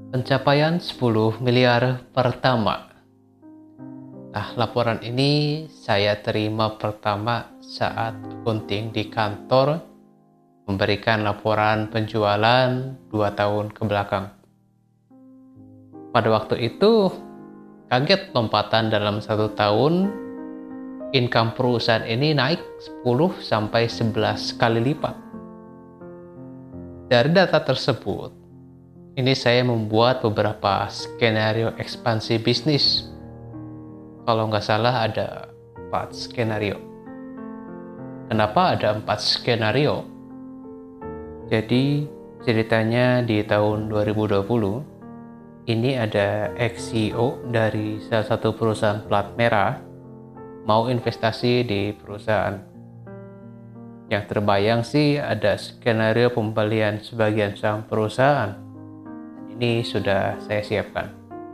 Pencapaian 10 miliar pertama. Nah, laporan ini saya terima pertama saat accounting di kantor memberikan laporan penjualan 2 tahun ke belakang. Pada waktu itu, kaget lompatan dalam 1 tahun, income perusahaan ini naik 10-11 kali lipat. Dari data tersebut, ini saya membuat beberapa skenario ekspansi bisnis. Kalau nggak salah ada 4 skenario. Kenapa ada 4 skenario? Jadi ceritanya di tahun 2020, ini ada ex-CEO dari salah satu perusahaan plat merah mau investasi di perusahaan. Yang terbayang sih ada skenario pembelian sebagian saham perusahaan. Ini sudah saya siapkan.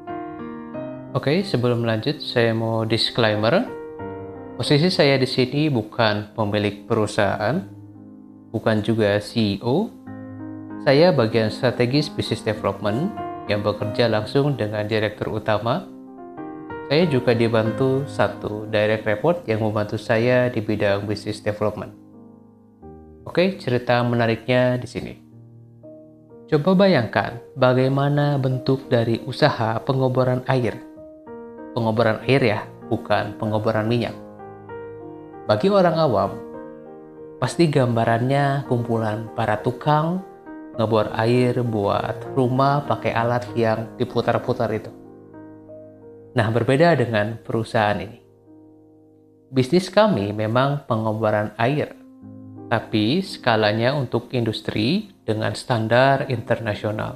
Oke, sebelum lanjut saya mau disclaimer. Posisi saya di sini bukan pemilik perusahaan, bukan juga CEO. Saya bagian strategis business development yang bekerja langsung dengan direktur utama. Saya juga dibantu satu direct report yang membantu saya di bidang business development. Oke, cerita menariknya di sini. Coba bayangkan bagaimana bentuk dari usaha pengoboran air. Pengoboran air ya, bukan pengoboran minyak. Bagi orang awam, pasti gambarannya kumpulan para tukang ngebor air buat rumah pakai alat yang diputar-putar itu. Nah, berbeda dengan perusahaan ini. Bisnis kami memang pengoboran air, tapi skalanya untuk industri dengan standar internasional.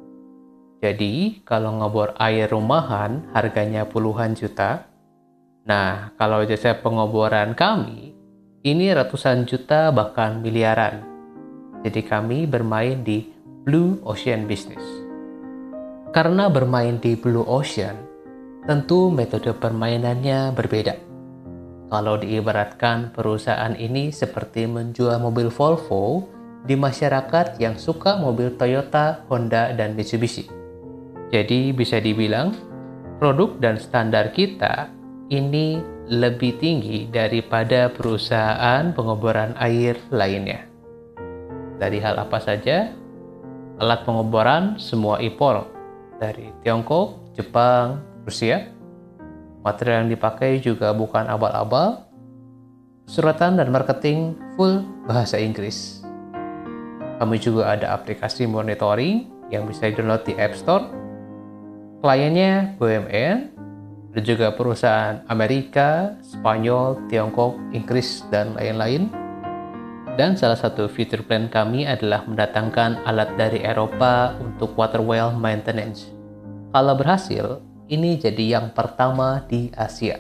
Jadi, kalau ngebor air rumahan harganya puluhan juta. Nah, kalau jasa pengoboran kami, ini ratusan juta bahkan miliaran. Jadi kami bermain di Blue Ocean Business. Karena bermain di Blue Ocean, tentu metode permainannya berbeda. Kalau diibaratkan perusahaan ini seperti menjual mobil Volvo di masyarakat yang suka mobil Toyota, Honda, dan Mitsubishi. Jadi bisa dibilang produk dan standar kita ini lebih tinggi daripada perusahaan pengoboran air lainnya. Dari hal apa saja? Alat pengoboran semua impor dari Tiongkok, Jepang, Rusia. Material yang dipakai juga bukan abal-abal. Suratan dan marketing full bahasa Inggris. Kami juga ada aplikasi monitoring yang bisa di-download di App Store. Kliennya BUMN, dan juga perusahaan Amerika, Spanyol, Tiongkok, Inggris, dan lain-lain. Dan salah satu future plan kami adalah mendatangkan alat dari Eropa untuk water well maintenance. Kalau berhasil, ini jadi yang pertama di Asia.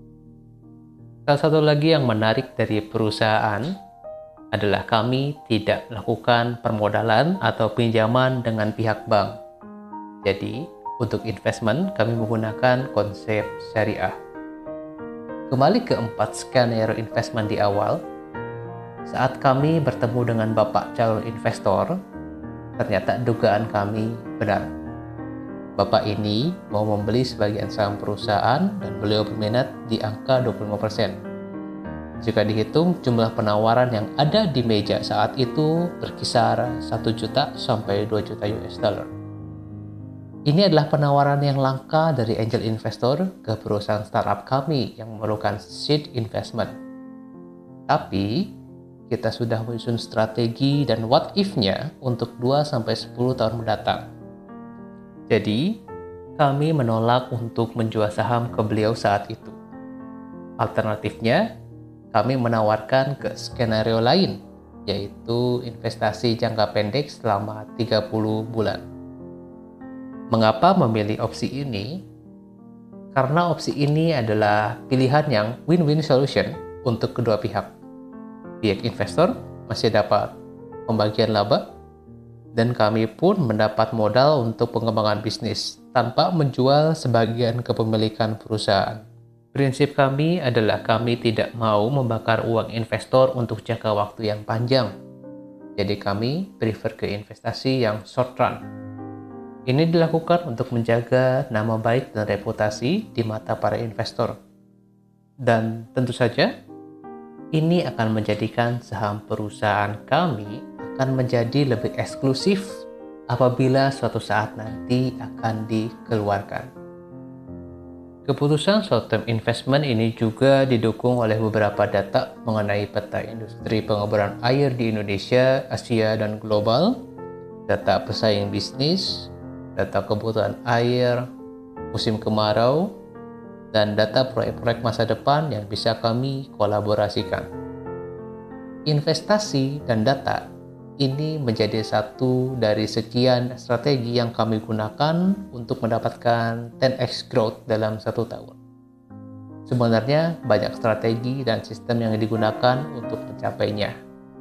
Salah satu lagi yang menarik dari perusahaan adalah kami tidak melakukan permodalan atau pinjaman dengan pihak bank. Jadi, untuk investment kami menggunakan konsep syariah. Kembali ke 4 skenario investment di awal, saat kami bertemu dengan Bapak calon investor, ternyata dugaan kami benar. Bapak ini mau membeli sebagian saham perusahaan dan beliau berminat di angka 25%. Jika dihitung jumlah penawaran yang ada di meja saat itu berkisar 1 juta sampai 2 juta US dollar. Ini adalah penawaran yang langka dari angel investor ke perusahaan startup kami yang memerlukan seed investment. Tapi, kita sudah menyusun strategi dan what if-nya untuk 2-10 tahun mendatang. Jadi, kami menolak untuk menjual saham ke beliau saat itu. Alternatifnya, kami menawarkan ke skenario lain, yaitu investasi jangka pendek selama 30 bulan. Mengapa memilih opsi ini? Karena opsi ini adalah pilihan yang win-win solution untuk kedua pihak. Pihak investor masih dapat pembagian laba, dan kami pun mendapat modal untuk pengembangan bisnis tanpa menjual sebagian kepemilikan perusahaan. Prinsip kami adalah kami tidak mau membakar uang investor untuk jangka waktu yang panjang. Jadi kami prefer ke investasi yang short run. Ini dilakukan untuk menjaga nama baik dan reputasi di mata para investor. Dan tentu saja, ini akan menjadikan saham perusahaan kami akan menjadi lebih eksklusif apabila suatu saat nanti akan dikeluarkan. Keputusan short-term investment ini juga didukung oleh beberapa data mengenai peta industri pengeboran air di Indonesia, Asia, dan global, data pesaing bisnis, data kebutuhan air, musim kemarau, dan data proyek-proyek masa depan yang bisa kami kolaborasikan. Investasi dan data ini menjadi satu dari sekian strategi yang kami gunakan untuk mendapatkan 10x growth dalam 1 tahun. Sebenarnya banyak strategi dan sistem yang digunakan untuk mencapainya.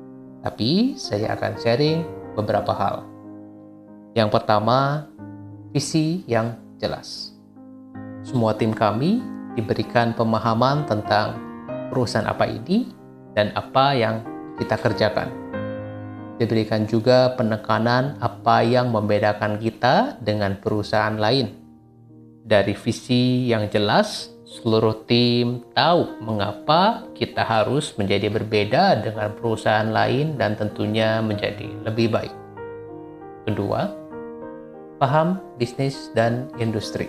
Tapi saya akan sharing beberapa hal. Yang pertama, visi yang jelas. Semua tim kami diberikan pemahaman tentang perusahaan apa ini dan apa yang kita kerjakan. Diberikan juga penekanan apa yang membedakan kita dengan perusahaan lain. Dari visi yang jelas, seluruh tim tahu mengapa kita harus menjadi berbeda dengan perusahaan lain dan tentunya menjadi lebih baik. Kedua, paham bisnis dan industri.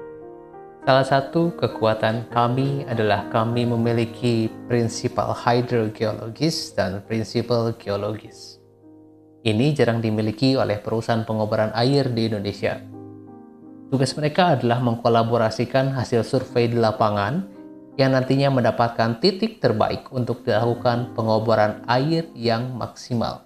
Salah satu kekuatan kami adalah kami memiliki prinsipal hidrogeologis dan prinsipal geologis. Ini jarang dimiliki oleh perusahaan pengoboran air di Indonesia. Tugas mereka adalah mengkolaborasikan hasil survei di lapangan yang nantinya mendapatkan titik terbaik untuk dilakukan pengoboran air yang maksimal.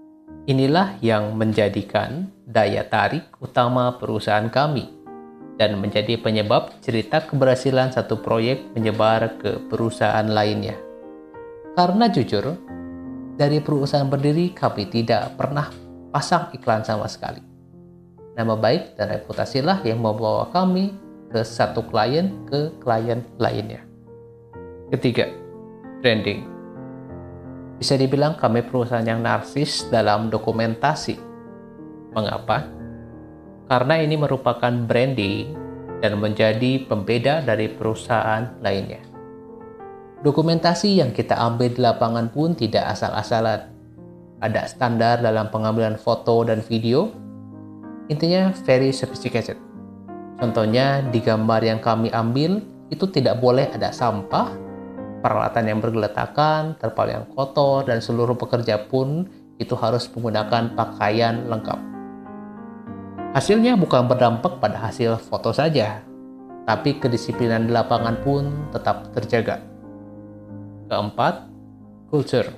Inilah yang menjadikan daya tarik utama perusahaan kami dan menjadi penyebab cerita keberhasilan satu proyek menyebar ke perusahaan lainnya. Karena jujur, dari perusahaan berdiri kami tidak pernah pasang iklan sama sekali. Nama baik dan reputasilah yang membawa kami ke satu klien ke klien lainnya. Ketiga, branding. Bisa dibilang kami perusahaan yang narsis dalam dokumentasi. Mengapa? Karena ini merupakan branding dan menjadi pembeda dari perusahaan lainnya. Dokumentasi yang kita ambil di lapangan pun tidak asal-asalan. Ada standar dalam pengambilan foto dan video. Intinya very sophisticated. Contohnya di gambar yang kami ambil itu tidak boleh ada sampah, peralatan yang bergeletakan, terpal yang kotor, dan seluruh pekerja pun itu harus menggunakan pakaian lengkap. Hasilnya bukan berdampak pada hasil foto saja, tapi kedisiplinan di lapangan pun tetap terjaga. Keempat, culture.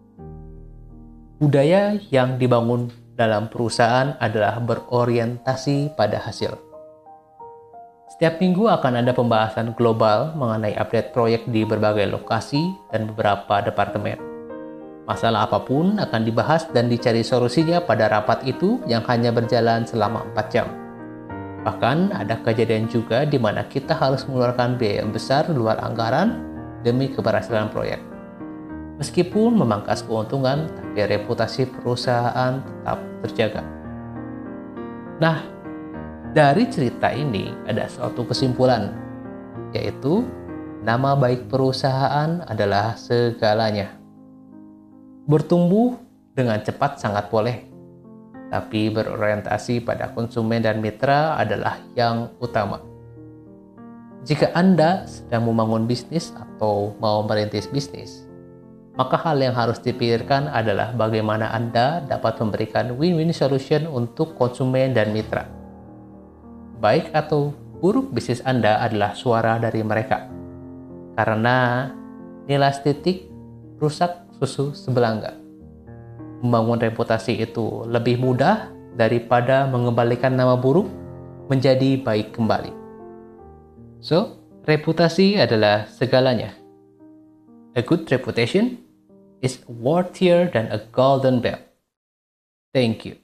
Budaya yang dibangun dalam perusahaan adalah berorientasi pada hasil. Setiap minggu akan ada pembahasan global mengenai update proyek di berbagai lokasi dan beberapa departemen. Masalah apapun akan dibahas dan dicari solusinya pada rapat itu yang hanya berjalan selama 4 jam. Bahkan ada kejadian juga di mana kita harus mengeluarkan biaya yang besar di luar anggaran demi keberhasilan proyek. Meskipun memangkas keuntungan, tapi reputasi perusahaan tetap terjaga. Nah, dari cerita ini ada suatu kesimpulan, yaitu nama baik perusahaan adalah segalanya. Bertumbuh dengan cepat sangat boleh, tapi berorientasi pada konsumen dan mitra adalah yang utama. Jika Anda sedang membangun bisnis atau mau merintis bisnis, maka hal yang harus dipikirkan adalah bagaimana Anda dapat memberikan win-win solution untuk konsumen dan mitra. Baik atau buruk bisnis Anda adalah suara dari mereka. Karena nilai titik rusak susu sebelangga. Membangun reputasi itu lebih mudah daripada mengembalikan nama buruk menjadi baik kembali. So, reputasi adalah segalanya. A good reputation is worthier than a golden bell. Thank you.